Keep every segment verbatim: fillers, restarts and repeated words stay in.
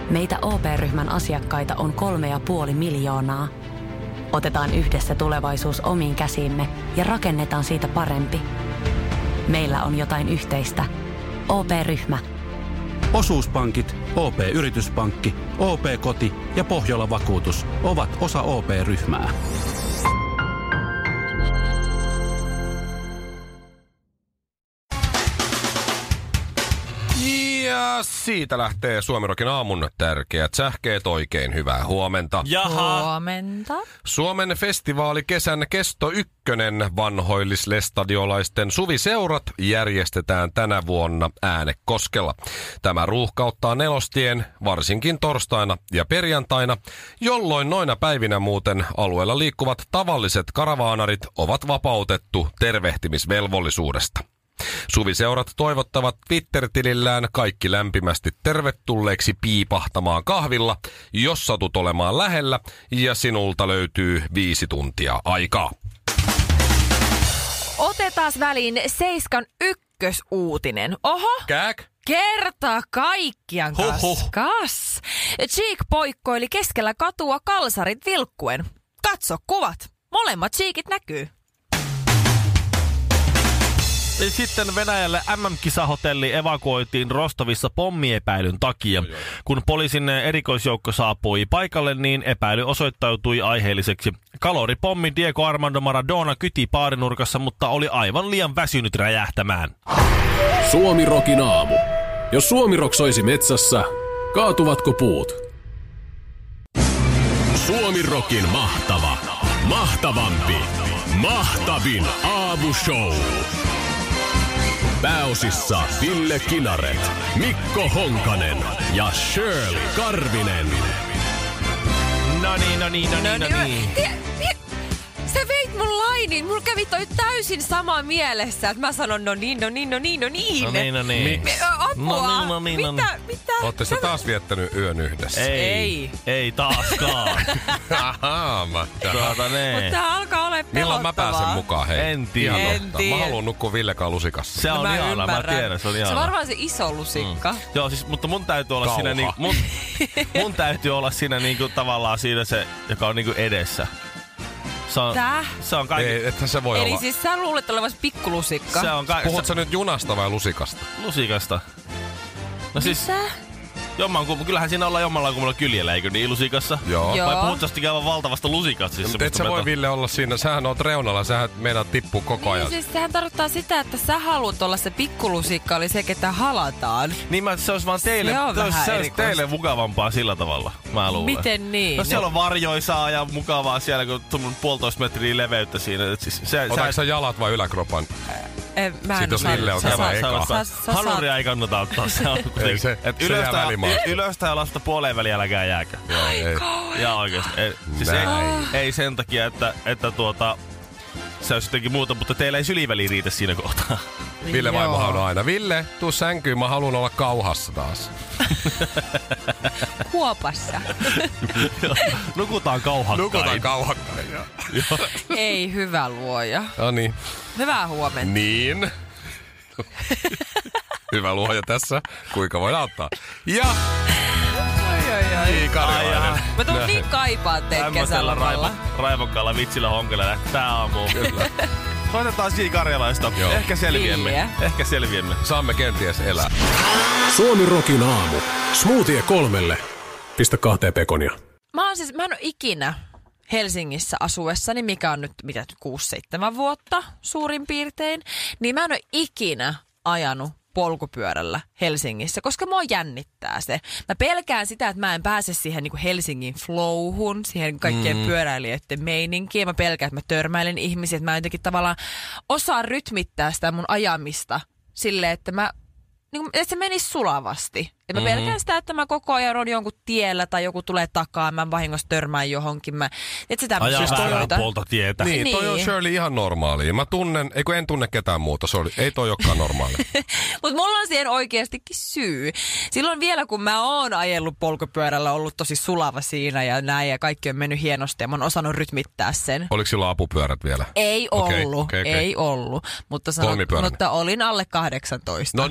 Meitä O P-ryhmän asiakkaita on kolme ja puoli miljoonaa. Otetaan yhdessä tulevaisuus omiin käsiimme ja rakennetaan siitä parempi. Meillä on jotain yhteistä. O P-ryhmä. Osuuspankit, O P-yrityspankki, O P-koti ja Pohjola-vakuutus ovat osa O P-ryhmää. Ja siitä lähtee Suomirokin aamun tärkeät sähkeet. Oikein hyvää huomenta. Jaha. Huomenta. Suomen festivaali kesän kesto ykkönen vanhoillislestadiolaisten suviseurat järjestetään tänä vuonna Äänekoskella. Tämä ruuhkauttaa Nelostien varsinkin torstaina ja perjantaina, jolloin noina päivinä muuten alueella liikkuvat tavalliset karavaanarit ovat vapautettu tervehtimisvelvollisuudesta. Suviseurat toivottavat Twitter-tilillään kaikki lämpimästi tervetulleeksi piipahtamaan kahvilla, jos satut olemaan lähellä ja sinulta löytyy viisi tuntia aikaa. Otetaan väliin Seiskan ykkösuutinen. Oho! Kääk? Kerta kaikkiaan kas. Huhhuh. kas. Cheek poikkoili keskellä katua kalsarit vilkkuen. Katso kuvat. Molemmat cheekit näkyy. Sitten Venäjälle M M-kisahotelli evakuoitiin Rostovissa pommiepäilyn takia. Kun poliisin erikoisjoukko saapui paikalle, niin epäily osoittautui aiheelliseksi. Kaloripommi Diego Armando Maradona kyti baarinurkassa, mutta oli aivan liian väsynyt räjähtämään. Suomirokin aamu. Jos Suomirok soisi metsässä, kaatuvatko puut? Suomirokin mahtava, mahtavampi, mahtavin aamushow. Pääosissa Ville Kinaret, Mikko Honkanen ja Shirley Karvinen. No niin, no niin, no niin, no niin. Sä veit mun lainin. Mulla kävi toi täysin sama mielessä, että mä sanon no niin, no niin, no niin, no niin. No niin, no niin. Miksi? Apua. No niin, no niin, no niin. Mitä, mitä? Ootte sä taas viettänyt yön yhdessä? Ei, Ei. ei taaskaan. Ahaa, mä Tuota nee. Mutta tää alkaa olla pelottavaa. Milloin mä pääsen mukaan, hei? En tiedä. Ihan En totta. tiedä. Mä haluun nukkua Villekaan lusikassa. Se on mä ihana, mä ymmärrän. tiedän, se on ihana. Se on varmaan se iso lusikka. Mm. Joo, siis, mutta mun täytyy olla Kauha. siinä niin, mun, mun täytyy olla siinä niinku tavallaan siinä se, joka on niinku edessä. Se on, Tää? se on kaikki. Ei, ethän se voi Eli olla. siis sä luulet olevasi pikkulusikka. Se on kaikki. Puhut sä nyt junasta vai lusikasta? Lusikasta. No siis, Mitä? jommankumman, kyllähän siinä ollaan jommalla kummalla kyljellä, eikö niin, lusikassa? Joo. Joo. Vai puhut jostakin aivan valtavasta lusikasta? Siis Mutta et sä voi, Ville, olla siinä. Sähän oot reunalla, sähän meinaat tippuu koko ajan. Niin, siis sehän tarkoittaa sitä, että sä haluat olla se pikkulusikka, oli se, ketä halataan. Niin mä, se olisi vaan teille, Se on se olisi, vähän se olisi erikoista. teille mukavampaa sillä tavalla, mä luulen. Miten niin? No siellä on varjoisaa ja mukavaa siellä, kun tuommoinen puolitoista metriä leveyttä siinä. Et siis, se, Otatko sä jalat vai yläkropan? Eh, mä en Sit jos saa- Ville on sä kerran saat- eka. sä- sä Hanuria saat- ei kannata ottaa. Se on Ei se- et se ylöstä, jää välimaahan. y- ylöstä ja lasta puoleen väliin äläkään jääkä. Joo, ei. Ja oikeesti. Ei, siis ei, ei sen takia, että, että tuota, se olisi jotenkin muuta, mutta teillä ei syliväli riitä siinä kohtaa. Ville Joo. vaimohan on aina. Ville, tuu sänkyyn, mä haluan olla kauhassa taas. Kuopassa. Nukutaan kauhakkain. Nukutaan kauhakkain. Ei hyvä luoja. No niin. Hyvää huomenta. Niin. Hyvä luoja tässä. Kuinka voin auttaa? Ja Ai, ai, ai. Niin, Karjalainen. Mä tuun niin kaipaan teitä Tämmöisellä kesälomalla. raivo, raivokkaalla vitsillä honkelle lähtää aamuun. Kyllä. Soitetaan J. Karjalaista. Joo. Ehkä selviämme. Niin. Ehkä selviämme. Saamme kenties elää. Suomirokin aamu. Smoothie kolmelle. Pistä kahteen pekonia. Mä oon siis, mä en oo ikinä Helsingissä asuessani, mikä on nyt mitä kuusi seitsemän vuotta suurin piirtein, niin mä en oo ikinä ajanut polkupyörällä Helsingissä, koska mua jännittää se. Mä pelkään sitä, että mä en pääse siihen niin kuin Helsingin flowhun, siihen kaikkien mm. pyöräilijöiden meininkiin. Mä pelkään, että mä törmäilen ihmisiä, että mä jotenkin tavallaan osaan rytmittää sitä mun ajamista silleen, että mä niin kuin, että se menisi sulavasti. Et mä Mm-hmm. pelkään sitä, että mä koko ajan on jonkun tiellä tai joku tulee takaa, mä vahingossa törmään johonkin. Mä, et se tämmöisiä Ajaa väärää asioita. puolta tietä. Niin, toi on Niin. Shirley ihan normaalia. Mä tunnen, ei kun en tunne ketään muuta, se oli, ei toi olekaan normaali. Mutta mulla on siihen oikeastikin syy. Silloin vielä, kun mä oon ajellut polkupyörällä, ollut tosi sulava siinä ja näin ja kaikki on mennyt hienosti ja mä oon osannut rytmittää sen. Oliko silloin apupyörät vielä? Ei Okei, ollut, okei, okei. ei ollut. Mutta, sanot, Kolmipyöräinen. mutta olin alle kahdeksantoista. No niin, asia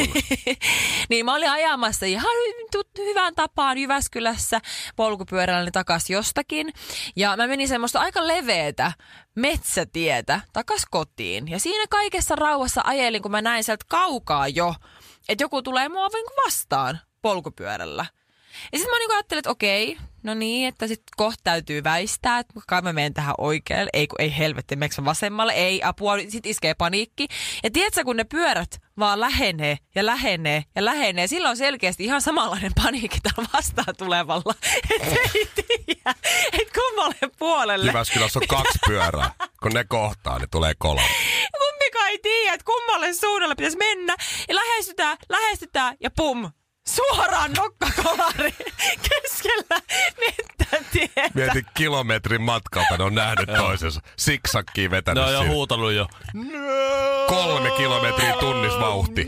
Niin mä olin ajamassa ihan hyvään tapaan Jyväskylässä polkupyörällä takaisin jostakin. Ja mä menin semmoista aika leveätä metsätietä takas kotiin. Ja siinä kaikessa rauhassa ajelin, kun mä näin sieltä kaukaa jo, että joku tulee mua vastaan polkupyörällä. Ja sitten mä niinku ajattelin, että okei, no niin, että sitten kohta täytyy väistää, että kai mä menen tähän oikealle. Ei, kun ei helvetti, meneekö mä vasemmalle? Ei, apua, sitten iskee paniikki. Ja tiedätkö, kun ne pyörät vaan lähenee ja lähenee ja lähenee, silloin on selkeästi ihan samanlainen paniikki täällä vastaan tulevalla. Että ei tiedä, että kummalle puolelle. Jyväskylässä on kaksi pyörää. Kun ne kohtaa, niin tulee kola. Kumpikaan ei tiedä, että kummalle suunnalle pitäisi mennä. Ja lähestytään, lähestytään ja pum. Suoraan nokkakolari keskellä mettätietä. Mietin kilometrin matkalta, ne on nähnyt toisensa. Siksakkiin vetänyt no, siinä. No jo huutanut jo. Kolme kilometriä tunnisvauhti.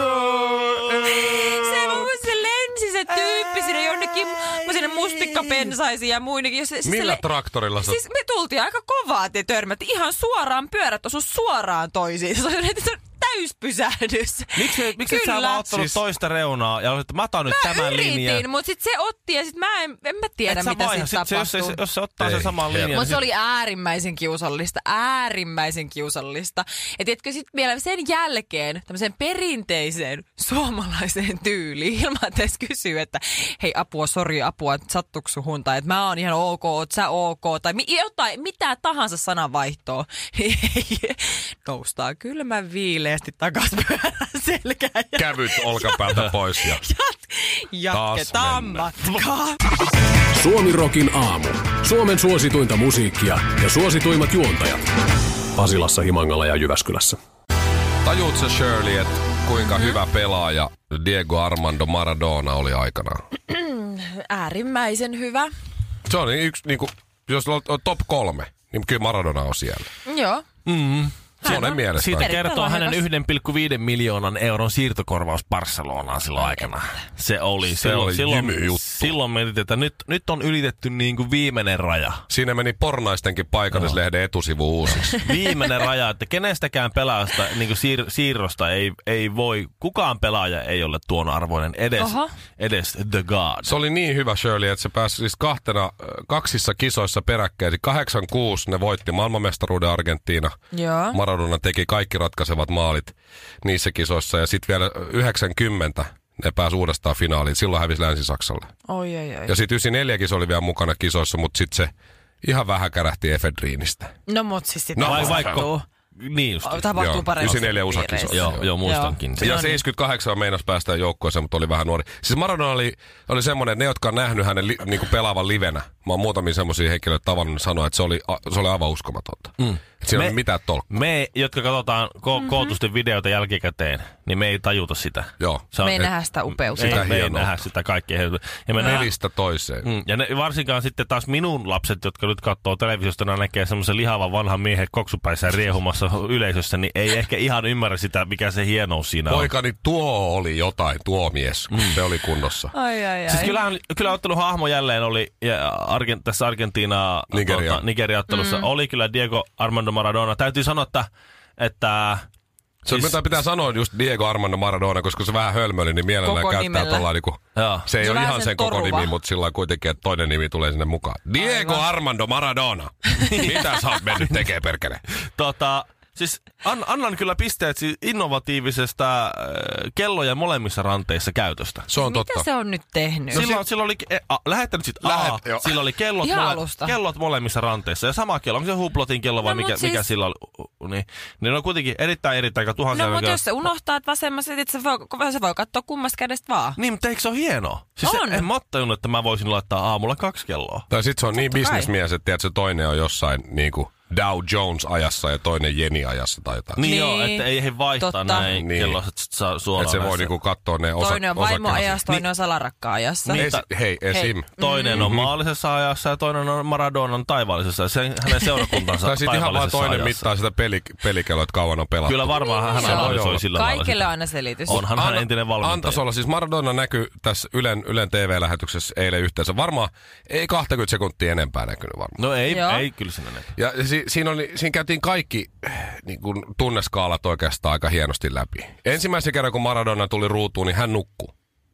Se mun se lensi se tyyppi sinne jonnekin sinne mustikkapensaisiin ja muinakin. Se, Millä se, traktorilla sä... Siis me tultiin aika kovaa, te törmät. Ihan suoraan pyörät osu suoraan toisiin. Se on täyspysähdys. Miksi, miksi et sä vaan ottanut siis... toista reunaa ja olet, että mä otan nyt mä tämän yritin, linjan? mutta sitten se otti ja sitten mä en, en mä tiedä, mitä vaiha. sitten sit tapahtuu. Se, jos, se, jos se ottaa ei, sen saman linjan. Mutta niin se sit... oli äärimmäisen kiusallista, äärimmäisen kiusallista. Ja tiedätkö sitten vielä sen jälkeen tämmöiseen perinteiseen suomalaiseen tyyliin, ilman että edes kysyy, että hei apua, sori apua, sattuuko suhun, tai että mä oon ihan ok, oot sä ok, tai mi- jotain, mitä tahansa sananvaihtoa. Noustaan kylmän viileästi takas pyörän selkään. Ja kävyt olkapäältä pois ja Jat- jatketaan matkaa. Suomi Rokin aamu. Suomen suosituinta musiikkia ja suosituimmat juontajat. Pasilassa, Himangalla ja Jyväskylässä. Tajuut sä, Shirley, että kuinka hyvä pelaaja Diego Armando Maradona oli aikanaan? Äärimmäisen hyvä. Se on yksi, niin kuin, jos on top kolme, niin kyllä Maradona on siellä. Joo. Mm. Monen mielestä. Siitä kertoo hänen yksi pilkku viisi miljoonan euron siirtokorvaus Barcelonaan silloin aikana. Se oli. Se silloin, oli silloin, juttu. silloin mietit, että nyt, nyt on ylitetty niin kuin viimeinen raja. Siinä meni Pornaistenkin paikallislehden etusivu uusiksi. Viimeinen raja, että kenestäkään pelaajasta niin kuin siir, siirrosta ei, ei voi, kukaan pelaaja ei ole tuon arvoinen edes, edes The God. Se oli niin hyvä, Shirley, että se pääsi siis kahtena, kaksissa kisoissa peräkkäin. kahdeksankymmentäkuusi ne voitti maailmanmestaruuden Argentiina. Joo. Maradona teki kaikki ratkaisevat maalit niissä kisoissa. Ja sitten vielä yhdeksänkymmentä ne pääsi uudestaan finaaliin. Silloin hävisi Länsi-Saksalle. Oi, oi, oi. Ja sitten yhdeksänkymmentäneljä se oli vielä mukana kisoissa, mutta sitten se ihan vähän kärähti Efedriinistä. No mut siis sitten No, vai vaikka... Niin just. Tapahtuu joo, paremmin. yhdeksänkymmentäneljä U S A-kisoissa. Joo, joo, muistankin. Ja seitsemänkymmentäkahdeksan meinas päästä joukkueeseen, mutta oli vähän nuori. Siis Maradona oli, oli semmoinen, että ne, jotka on nähnyt hänen li, niinku pelaavan livenä, mä oon muutamia semmoisia henkilöitä tavannut sanoa, että se oli, se oli aivan uskomatonta. Mm. Että siinä ei ole mitään tolkkua. Me, jotka katsotaan ko- mm-hmm. kootusten videoita jälkikäteen, niin me ei tajuta sitä. Joo. Se on, me ei nähdä sitä upeutta. Ei, me ei nähdä sitä kaikkea. Ja me Pelistä toiseen. Mm, ja ne, varsinkaan sitten taas minun lapset, jotka nyt katsoo televisiosta, ne näkee semmoisen lihavan vanhan miehen koksupäissään riehumassa yleisössä, niin ei ehkä ihan ymmärrä sitä, mikä se hienous siinä on. Poikani, tuo oli jotain, tuo mies. Mm. Se oli kunnossa. Ai, ai, ai. Siis kyllähän, kyllä ottelun hahmo jälleen oli, ja Argent, tässä Argentiinaa, Nigeria. Tuota, Nigeria-ottelussa, mm. oli kyllä Diego Armando Maradona. Täytyy sanoa, että... että se siis, pitää sanoa just Diego Armando Maradona, koska se vähän hölmöli, niin mielellään koko käyttää tuolla niinku... Se ei se ole ihan sen, sen koko toruva. nimi, mutta sillä kuitenkin, että toinen nimi tulee sinne mukaan. Diego Aivan. Armando Maradona. Mitä sä oot mennyt tekee, perkele? Tota... Siis an, annan kyllä pisteet siis innovatiivisesta äh, kellojen molemmissa ranteissa käytöstä. Se on totta. Mitä se on nyt tehnyt? No, silloin, silloin oli, eh, a, lähettänyt sit Lähet, A, jo. silloin oli kellot, mole, kellot molemmissa ranteissa. Ja sama kello, onko se huplotin kello vai no, mikä, siis... mikä sillä oli? Niin, niin on kuitenkin erittäin erittäin tuhansia. No mutta jos se unohtaa, että vasemmassa, että se voi, se voi katsoa kummasta kädestä vaan. Niin, mutta eikö se ole hienoa? Siis on. Se, en mä ole tajunnut, että mä voisin laittaa aamulla kaksi kelloa. Tai sit se on niin bisnesmies, että tiedät, se toinen on jossain niinku... Dow Jones-ajassa ja toinen Jenny-ajassa tai jotain. Niin, niin joo, että ei he vaihtaa totta. Näin niin. kello suoraan. Että se voi niinku katsoa ne osa, toinen on vaimo-ajassa, toinen niin. on salarakka-ajassa. Niin, ta- hei, esim. Hei. Toinen on maallisessa ajassa ja toinen on Maradonan taivaallisessa ja sen, hänen seurakuntansa tai sitten ihan vaan toinen ajassa. Mittaa sitä peli, pelikelloa, että kauan on pelattu. Kyllä varmaan hän analysoi sillä lailla. Kaikille on aina selitys. Onhan hän entinen valmentaja. Antaisi olla, siis Maradona näkyi tässä Ylen, Ylen T V-lähetyksessä eilen yhteensä. Varmaan ei kaksikymmentä sekuntia enempää näkynyt varmaan. No ei, ei kyllä sen enempää. Ja si, siinä, oli, siinä käytiin kaikki niin kuin tunneskaalat oikeastaan aika hienosti läpi. Ensimmäisen kerran, kun Maradona tuli ruutuun, niin hän nukkui.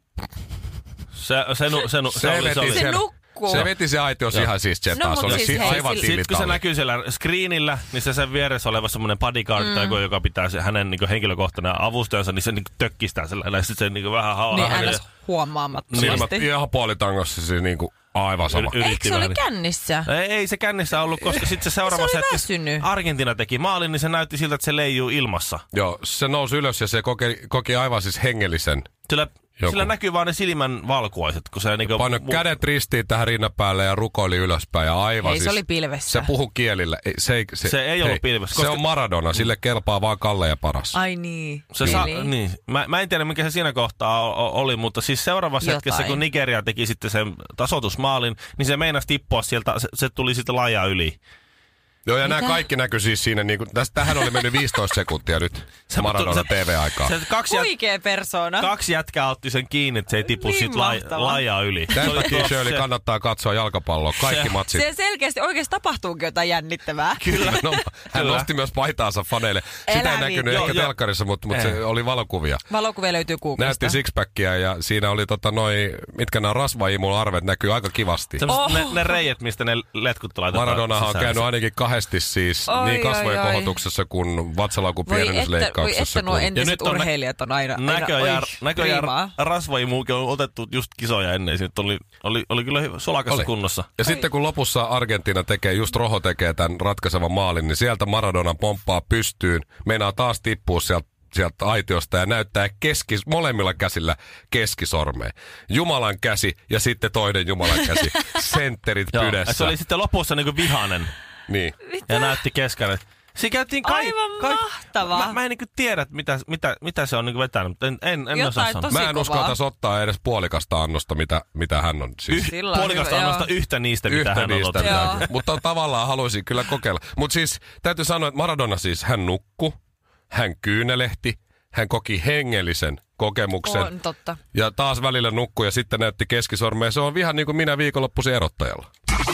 Se, se, nu, se, nu, se, se, oli, se, oli. se nukkuu. Se veti se aitios ihan siis jetaa. No, se oli siis si- hei, aivan sillä- tillitalli. Sitten kun se näkyy siellä screenillä, niin se sen vieressä oleva semmoinen bodyguard, mm. joka pitää se, hänen niin henkilökohtainen avustajansa, niin se niin tökkistää sillä. Ja sitten se niin vähän hauhaa. Niin aina huomaamattomasti. Silmät ihan puolitangossa siis niinku aivan sama. Yr- Eikö se oli kännissä? Ei, ei se kännissä ollut, koska sitten se seuraavassa Se oli hetkessä väsynyt. Argentiina teki maalin, niin se näytti siltä, että se leijuu ilmassa. Joo, se nousi ylös ja se koki, koki aivan siis hengellisen. Sillä, Joku. sillä näkyy vaan ne silmän valkuaiset, kun se niinku... Paino kädet ristiin tähän rinnan päälle ja rukoili ylöspäin ja aivan Ei, se siis... oli pilvessä. Se puhu kielillä. Ei, se, ei, se, Se ei ollut pilvessä, Se koska- on Maradona, sille kelpaa vaan Kalle ja paras. Ai niin. Se sa- niin. Mä, mä en tiedä, mikä se siinä kohtaa o- o- oli, mutta siis seuraavassa Jotain. hetkessä, kun Nigeria teki sitten sen tasoitusmaalin, niin se meinasi tippua sieltä, se, se tuli sitten laajaa yli. Joo, ja Mitä? nämä kaikki näkyy siis siinä, niin kuin, tästä, tähän oli mennyt viisitoista sekuntia nyt Se- Maradona se- T V-aikaa. Se kaksi, jät- Huikea persona. kaksi jätkää otti sen kiinni, että se ei tipu Niin siitä la- mahtavaa. laajaa yli. Tämän Se oli takia tuossa Shirley se- kannattaa katsoa jalkapalloa, kaikki Se- matsit. Se selkeästi oikeasti tapahtuukin jotain jännittävää. Kyllä. No, hän Kyllä. nosti myös paitaansa faneille. Sitä Älä ei näkynyt niin. ehkä Joo, joo. telkkarissa, mutta, mutta se oli valokuvia. Valokuvia löytyy Googlesta. Näytti sixpackia ja siinä oli tota noi, mitkä nämä rasvaimun arvet näkyy aika kivasti. Semmoset Oh. ne, ne reijät, mistä ne letkut laitetaan Maradonahan on sisään. käynyt ainakin kahdesti siis Oi, niin kasvojen oi, oi. kohotuksessa kuin vatsalaukun Voi että, voi pienennysleikkauksessa. että nuo Kun... entiset nyt on nä- urheilijat on aina, aina Näköjään, oi, näköjään priimaa. rasvaimuukin on otettu just kisoja ennen. Siitä oli, oli, oli kyllä hyvä- solakassa Oli. kunnossa. Ja sitten kun lopussa Argentiina tekee, just Rojo tekee tämän ratkaisevan maalin, niin sieltä Maradona pomppaa pystyyn, meinaa taas tippua sieltä sieltä aitiosta ja näyttää keski, molemmilla käsillä keskisormeen. Jumalan käsi ja sitten toinen Jumalan käsi. Sentterit Joo, pydessä. se oli sitten lopussa niinku vihanen Niin. ja näytti kesken. Siinä käytiin kai, Aivan kai, mahtavaa. Mä, mä en niinku tiedä, että mitä, mitä, mitä se on niinku vetänyt, mutta en, en, en Jotain osaa sanoa. tosi- Mä en kovaa. uskaltaisi ottaa edes puolikasta annosta, mitä, mitä hän on. Siis. Yh, Sillä on puolikasta hyvä, annosta joo. yhtä niistä, mitä Yhtä hän on niistä. ottanut. Joo. Mitä, mutta tavallaan haluaisin kyllä kokeilla. Mutta siis täytyy sanoa, että Maradona siis, hän nukku, hän kyynelehti, hän koki hengellisen kokemuksen. On totta. Ja taas välillä nukkui ja sitten näytti keskisormeen. Se on ihan niin kuin minä viikonloppuisin erottajalla.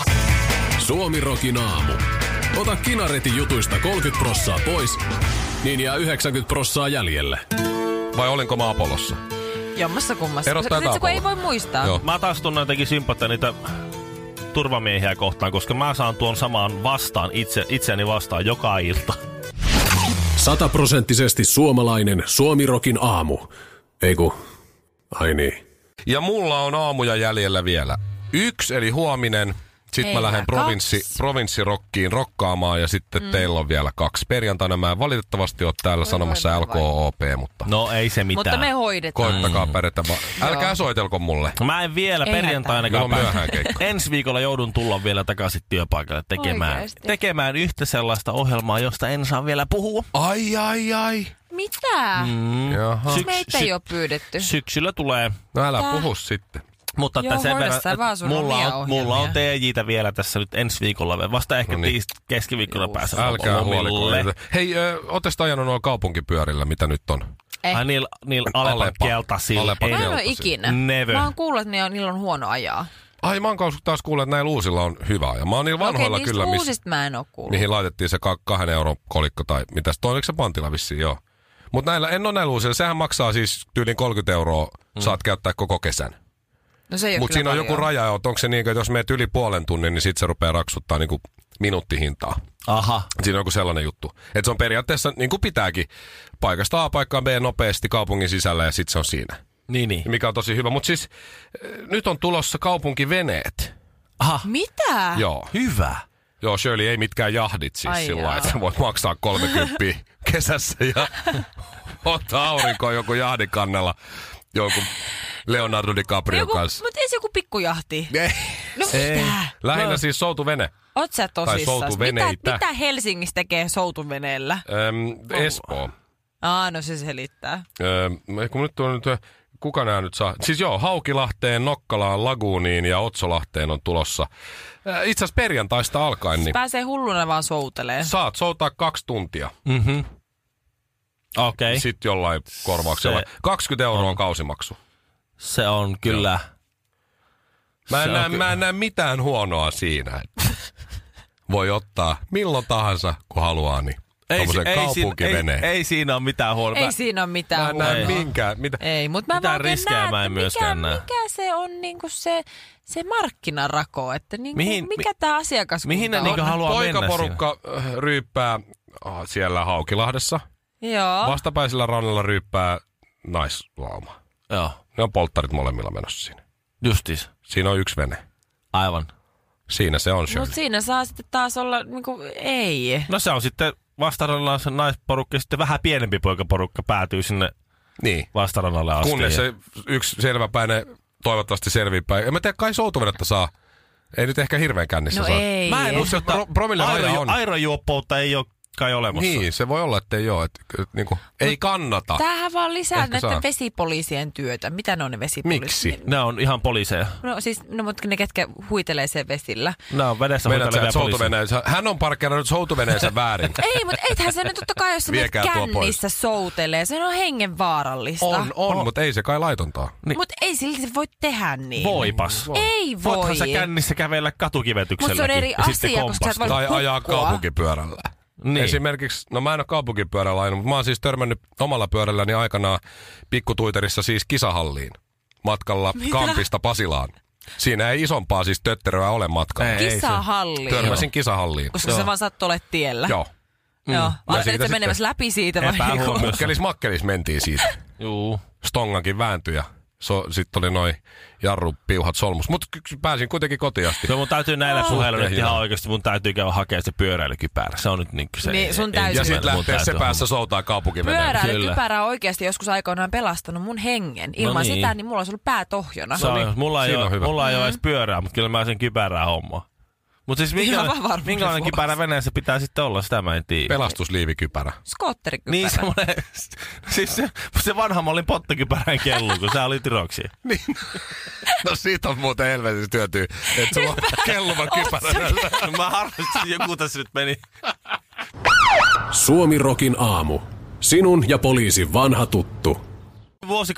Suomi Rokin aamu. Ota Kinaretin jutuista kolmekymmentä prossaa pois, niin jää yhdeksänkymmentä prossaa jäljelle. Vai olinko mä Apollossa? Jommassa kummassa. Erottaa Sitten se, kun ei Apollo. voi muistaa. Joo. Mä taas tunnen jotenkin sympatia niitä turvamiehiä kohtaan, koska mä saan tuon samaan vastaan itse, itseäni vastaan joka ilta. Sataprosenttisesti suomalainen Suomi Rokin aamu. Eiku, ai niin. Ja mulla on aamuja jäljellä vielä yksi, eli huominen. Sitten mä Meillä lähden provinssi, kaksi. provinssirokkiin rokkaamaan ja sitten mm. teillä on vielä kaksi. Perjantaina mä en valitettavasti ole täällä Voi sanomassa voi L K O P, mutta No ei se mitään. Mutta me hoidetaan. koittakaa pärjätä vaan. Älkää soitelko mulle. Mä en vielä Ei perjantainakaan hätää. Meillä on myöhään keikka. Ensi viikolla joudun tulla vielä takaisin työpaikalle tekemään, Oikeesti? tekemään yhtä sellaista ohjelmaa, josta en saa vielä puhua. Ai, ai, ai. Mitä? Mm. Jaha. Sy- Meitä sy- ei ole pyydetty. Syksyllä tulee. No älä Tää. puhu sitten. Mutta Joo, että sen hoida verran, sä vaan sun mulla, omia on, mulla on ohjelmia. T J:tä vielä tässä nyt ensi viikolla. Vasta ehkä No niin. tiist- keskiviikkona pääsen Älkää lomille. huoliko. Hei, ö, ootte sitä ajanut noilla kaupunkipyörillä, mitä nyt on? Eh. Ai niillä niil Alepan Alepa. keltaisilla. Alepa Ei- Mä en ole keltaisin. ikinä. Never. Mä oon kuullut, että ne on, niillä on huono ajaa. Ai, mä oon taas kuullut, että näillä uusilla on hyvä. Ja mä oon niillä vanhoilla Okei, kyllä, niistä miss, uusista mä en oo kuullut. mihin laitettiin se ka- kahden euron kolikko tai mitäs, toi oliko se pantilla vissiin, joo. Mutta näillä, en ole näillä uusilla. Sehän maksaa siis tyyliin kolmekymmentä euroa, mm. saat käyttää koko kesän. No se ei oo Mutta kyllä siinä on paljon. joku raja, että onko se niin, että jos meet yli puolen tunnin, niin sit se rupeaa raksuttaa niinku minuuttihintaa. Aha. Siinä on joku sellainen juttu. Että se on periaatteessa, niin kuin pitääkin, paikasta A paikkaan B nopeasti kaupungin sisällä ja sitten se on siinä. Niin, niin. Mikä on tosi hyvä. Mutta siis äh, nyt on tulossa kaupunkiveneet. Aha. Mitä? Joo. Hyvä. Joo, Shirley, ei mitkään jahdit siis Ai sillä jaa. lailla, että sä voit maksaa kolmekymmentä kesässä ja ottaa aurinkoon joku jahdikannella jonkun Leonardo DiCaprio Joku, kanssa. mutta ei se joku pikkujahti. Ei. No Ei. mitä? Lähinnä No. siis soutuvene. Oot sä tosissas? soutuveneitä. Mitä, mitä Helsingissä tekee soutuveneellä? Öm, Espoo. Aa, no se selittää. Öö, kun nyt on nyt, kuka nää nyt saa? Siis joo, Haukilahteen, Nokkalaan, Laguuniin ja Otsolahteen on tulossa. Öö, itse asiassa perjantaista alkaen, niin Pääsee hulluna vaan soutelee. saat soutaa kaksi tuntia. Mhm. Okei. Okay. Sitten jollain korvauksella. Se kaksikymmentä euroa on kausimaksu. Se on kyllä... Mä en, Se näe, on ky- mä en näe mitään huonoa siinä. voi ottaa milloin tahansa, kun haluaa, niin Ei, ei, kaupunkiveneen. ei, ei siinä ole mitään huolta. Ei siinä ole mitään Mä en näe huolta. minkään. Mitä? Ei, mutta mä Mitään vaan riskejä näen, mä en mikä, myöskään näe. mikä se on niinku se, se markkinarako, että niinku, Mihin- mikä tämä asiakaskunta mihin ne on. niinku haluaa mennä Poikaporukka äh, ryyppää oh, siellä Haukilahdessa. Joo. Vastapäisellä rannalla ryyppää naislauma. Joo, Ne on polttarit molemmilla menossa siinä. justis. Siinä on yksi vene. Aivan. Siinä se on Shirley. Mutta siinä saa sitten taas olla niinku, ei. No se on sitten vastarannalle se naisporukka ja sitten vähän pienempi poikaporukka päätyy sinne Niin. vastarannalle asti. Kunnes se yksi selväpäinen toivottavasti selviipäin. En mä tiedä, kai soutuvenettä saa. Ei nyt ehkä hirveän kännissä No saa. ei. Mä en Mut usko, se että pro- promilleraja on. aerojuoppoutta ei ole kai olemassa. Niin, se voi olla, että ei ole. Että, että, niinku, ei kannata. Tämähän vaan lisää Ehkä näiden saa. vesipoliisien työtä. Mitä ne on ne vesipoliisit? Miksi? Ne on ihan poliiseja. No siis, no mutta ne ketkä huitelee sen vesillä. Ne on vedessä Meinaat sä, hoitelevia että poliiseja. soutuveneensä, hän on parkkeerannut soutuveneensä väärin. Ei, mutta eihän se nyt totta kai, jos sä menet Viekää tuo kännissä soutelee. Se on hengenvaarallista. On, on, mutta ei se kai laitontaa. Niin. Mutta ei silti voi tehdä niin. Voipas. Ei voi. Voithan sä kännissä kävellä katukivetykselläkin. Mut se on eri ja sitten asia, koska sä et kompastaa. voi- Tai ajaa hukkua. kaupunkipyörällä. Niin. Esimerkiksi, no mä en ole kaupunkipyörällä ajanut, mutta mä oon siis törmännyt omalla pyörälläni aikanaan pikkutuiterissa siis kisahalliin. Matkalla Mitä? Kampista Pasilaan. Siinä ei isompaa siis tötteröä ole matkalla. Ei. Kisahalliin. Törmäsin kisahalliin. Koska se vaan sattui olemaan tiellä. Joo. Joo. Mm. Ja Ajattelit, siitä että menemässä läpi siitä vai? Epähuomiossa. Mukkelis makkelis mentiin siitä. Juu. Stongankin vääntyi ja so, sitten oli noi jarrupiuhat solmus. Mutta pääsin kuitenkin kotiin asti. No mun täytyy näillä Oh. puheilla nyt Suhteen ihan hieno. oikeasti, mun täytyy käydä hakemaan se pyöräilykypärä. Se on nyt niin se. Niin, sun ei- täytyy. ei- Ja Mun sitten lähtee täytyy se homma. päässä soutaa kaupunkiveneen. Pyöräilykypärä on oikeasti joskus aikoinaan pelastanut mun hengen. Ilman No niin. sitä, niin mulla olisi ollut pää tohjona. Se on, mulla ei Siinä on ole, hyvä. mulla ei ole edes pyörää, mutta kyllä mä sen kypärää hommaa. Mutta siis Ihan minkälainen, vaan varmuuden minkälainen vuoksi. kypärä veneessä pitää sitten olla, sitä mä en tiedä. Pelastusliivikypärä. Skootterikypärä. Niin semmoinen, siis se, se vanha mallin pottokypärän kellu, kun sä oli tiroksi. Niin. No siitä on muuten helvetissä työtyy, että sulla on kelluva kypärä. Mä harrastin, joku tässä nyt meni. Suomi Rokin aamu. Sinun ja poliisin vanha tuttu. Vuosi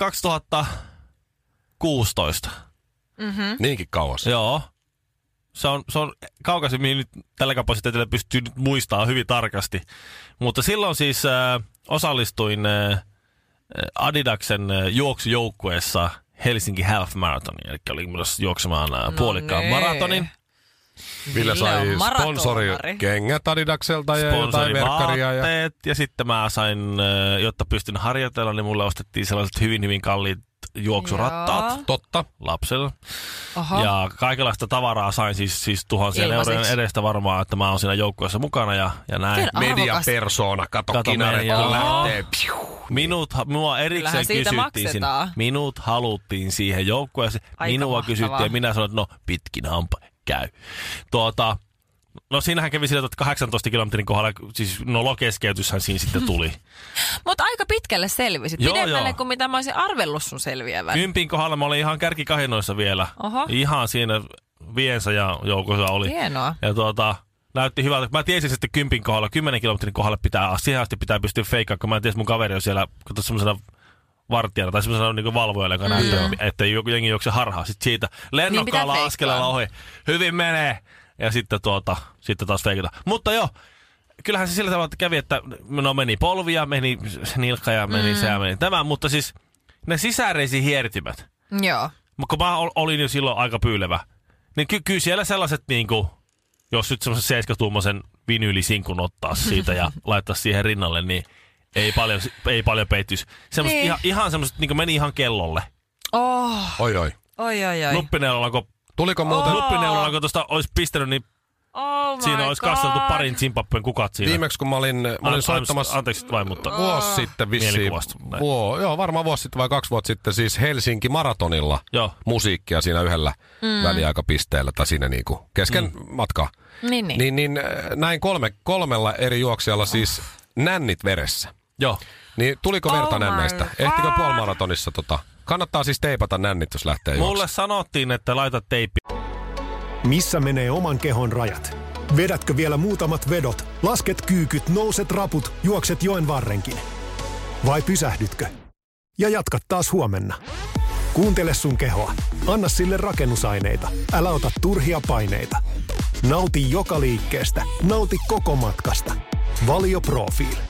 kaksituhattakuusitoista. Niinkin kauas. Joo. Se on, se on kaukaisemmin nyt tällä kapasiteetilla pystyy nyt muistamaan hyvin tarkasti. Mutta silloin siis äh, osallistuin äh, Adidaksen äh, juoksujoukkueessa Helsinki Half Marathonin. Eli oli myös juoksemaan äh, puolikkaan niin. maratonin. Ville sai Ville on sponsori maratonari. kengät Adidakselta ja jotain verkkaria. Ja... Sponsorivaatteet ja sitten mä sain, äh, jotta pystyn harjoitella, niin mulle ostettiin sellaiset hyvin hyvin kalliit juoksurattaat Joo. Totta. lapsella. Oho. Ja kaikenlaista tavaraa sain siis, siis tuhansien Ilmaiseksi. eurojen edestä varmaan, että mä oon siinä joukkueessa mukana ja, ja näin. Ken- Arvokas. Mediapersona, kato, Kato kinaret meidän, kun joo. lähtee. Piu. Minut, mua erikseen Kyllähän siitä kysyttiin sinne. maksetaan. Minut haluttiin siihen joukkueeseen. Aika Minua mahtavaa. kysyttiin ja minä sanoin, että no pitkin hampa käy. Tuota, no siinähän kävi sillä, että kahdeksantoista kilometrin kohdalla, siis nolokeskeytyshän siinä sitten tuli. Mutta aika pitkälle selvisit. Joo, Pidemmälle joo. kuin mitä mä olisin arvellut sun selviävän. Kympin kohdalla mä olin ihan kärkikahinoissa vielä. Oho. Ihan siinä viensä ja joukossa oli. Hienoa. Ja tuota, näytti hyvältä. Mä tiesin, että kympin kohdalla, kymmenen kilometrin kohdalla pitää, siihen asti pitää pystyä feikkaamaan, kun mä en tiedä, mun kaveri on siellä, kato semmoisena vartijana tai semmoisena niin valvojalla, joka näyttää, että ei joku jengi juokse harhaa. Sitten siitä lennokkaalla pitää askeleella ohi. Hyvin menee. Ja sitten tuota, sitten taas feikata. Mutta joo, kyllähän se sillä tavalla että kävi, että no meni polvia, meni nilkka ja meni mm. se ja meni tämä, mutta siis ne sisäreisi hiertimät, Joo. kun mä ol- olin jo silloin aika pyylevä, niin ky- kyllä siellä sellaiset niinku, jos nyt semmoisen seitsemäntuumaisen vinyylisinkun ottaa siitä ja laittaa siihen rinnalle, niin ei paljon, ei paljon peittyisi. Semmoiset Niin. ihan, ihan semmoiset, niinku meni ihan kellolle. Oh. Oi oi. Oi, oi, oi. Nuppineulalla, kun, Tuliko muuten Oh. nuppineulalla, kun tuosta olisi pistänyt, niin Oh my siinä olisi God. kasteltu parin Zimbabwen kukat siinä. viimeksi kun mä olin, mä olin An- soittamassa Anteeksi vain, mutta... vuosi sitten vissiin, Mielikuvasta, näin. vuo, joo varmaan vuosi sitten vai kaksi vuotta sitten siis Helsinki Maratonilla Joo. musiikkia siinä yhdellä mm. väliaikapisteellä tai siinä niinku kesken mm. matkaa. Niin, niin. Niin, niin äh, näin kolme, kolmella eri juoksijalla siis nännit veressä. Joo. Niin tuliko verta Oh my nänneistä? God. Ehtikö puolimaratonissa tota? Kannattaa siis teipata nännit, jos lähtee Mulle juoksemaan. sanottiin, että laita teippi. Missä menee oman kehon rajat? Vedätkö vielä muutamat vedot? Lasket kyykyt, nouset raput, juokset joen varrenkin? Vai pysähdytkö? Ja jatkat taas huomenna. Kuuntele sun kehoa. Anna sille rakennusaineita. Älä ota turhia paineita. Nauti joka liikkeestä. Nauti koko matkasta. Valio Profiili.